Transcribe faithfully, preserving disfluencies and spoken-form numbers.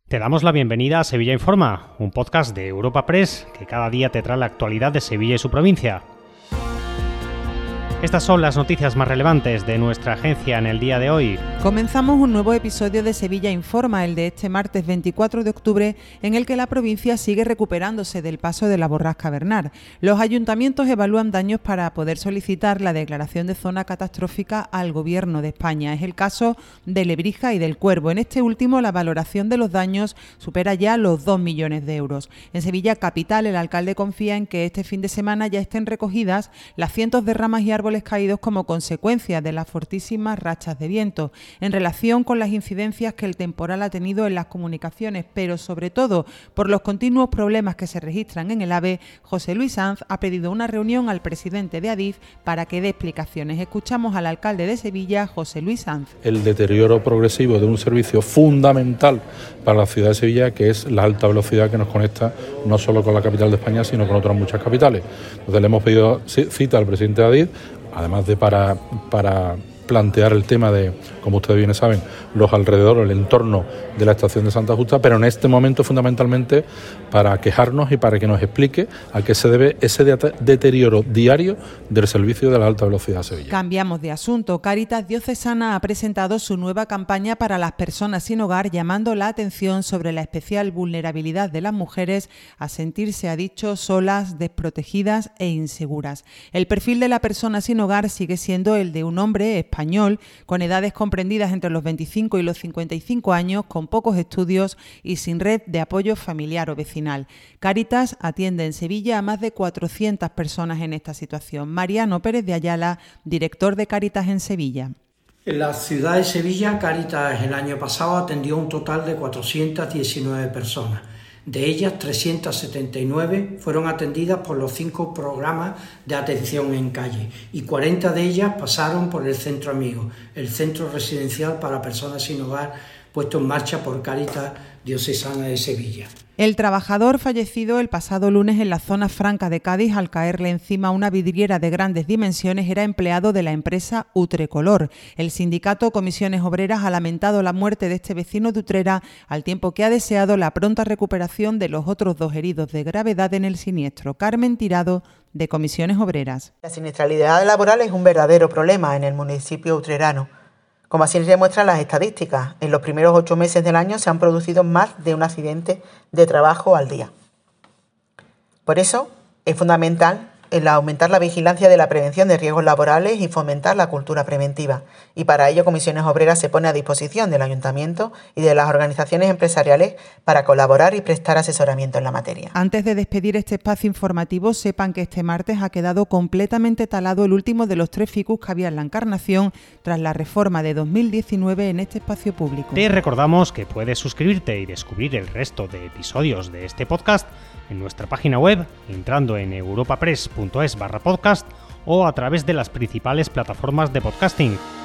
Te damos la bienvenida a Sevilla Informa, un podcast de Europa Press que cada día te trae la actualidad de Sevilla y su provincia. Estas son las noticias más relevantes de nuestra agencia en el día de hoy. Comenzamos un nuevo episodio de Sevilla Informa, el de este martes veinticuatro de octubre, en el que la provincia sigue recuperándose del paso de la borrasca Bernard. Los ayuntamientos evalúan daños para poder solicitar la declaración de zona catastrófica al Gobierno de España. Es el caso de Lebrija y del Cuervo. En este último, la valoración de los daños supera ya los dos millones de euros. En Sevilla capital, el alcalde confía en que este fin de semana ya estén recogidas las cientos de ramas y árboles caídos como consecuencia de las fortísimas rachas de viento. En relación con las incidencias que el temporal ha tenido en las comunicaciones, pero sobre todo por los continuos problemas que se registran en el AVE, José Luis Sanz ha pedido una reunión al presidente de Adif para que dé explicaciones. Escuchamos al alcalde de Sevilla, José Luis Sanz. El deterioro progresivo de un servicio fundamental para la ciudad de Sevilla, que es la alta velocidad que nos conecta no solo con la capital de España, sino con otras muchas capitales. Entonces le hemos pedido cita al presidente de Adif, además de para, para plantear el tema de, como ustedes bien saben, los alrededores, el entorno de la estación de Santa Justa, pero en este momento fundamentalmente para quejarnos y para que nos explique a qué se debe ese deterioro diario del servicio de la alta velocidad a Sevilla. Cambiamos de asunto. Cáritas Diocesana ha presentado su nueva campaña para las personas sin hogar, llamando la atención sobre la especial vulnerabilidad de las mujeres a sentirse, ha dicho, solas, desprotegidas e inseguras. El perfil de la persona sin hogar sigue siendo el de un hombre español con edades comprendidas entre los veinticinco y los cincuenta y cinco años, con pocos estudios y sin red de apoyo familiar o vecinal. Cáritas atiende en Sevilla a más de cuatrocientas personas en esta situación. Mariano Pérez de Ayala, director de Cáritas en Sevilla. En la ciudad de Sevilla, Cáritas el año pasado atendió un total de cuatrocientas diecinueve personas. De ellas, trescientas setenta y nueve fueron atendidas por los cinco programas de atención en calle y cuarenta de ellas pasaron por el Centro Amigo, el centro residencial para personas sin hogar puesto en marcha por Cáritas Diocesana de Sevilla. El trabajador fallecido el pasado lunes en la zona franca de Cádiz al caerle encima una vidriera de grandes dimensiones era empleado de la empresa Utrecolor. El sindicato Comisiones Obreras ha lamentado la muerte de este vecino de Utrera, al tiempo que ha deseado la pronta recuperación de los otros dos heridos de gravedad en el siniestro. Carmen Tirado, de Comisiones Obreras. La siniestralidad laboral es un verdadero problema en el municipio utrerano. Como así demuestran las estadísticas, en los primeros ocho meses del año se han producido más de un accidente de trabajo al día. Por eso es fundamental el aumentar la vigilancia de la prevención de riesgos laborales y fomentar la cultura preventiva. Y para ello Comisiones Obreras se pone a disposición del Ayuntamiento y de las organizaciones empresariales para colaborar y prestar asesoramiento en la materia. Antes de despedir este espacio informativo, sepan que este martes ha quedado completamente talado el último de los tres ficus que había en la Encarnación tras la reforma de dos mil diecinueve en este espacio público. Te recordamos que puedes suscribirte y descubrir el resto de episodios de este podcast en nuestra página web, entrando en europapress punto es barra podcast o a través de las principales plataformas de podcasting.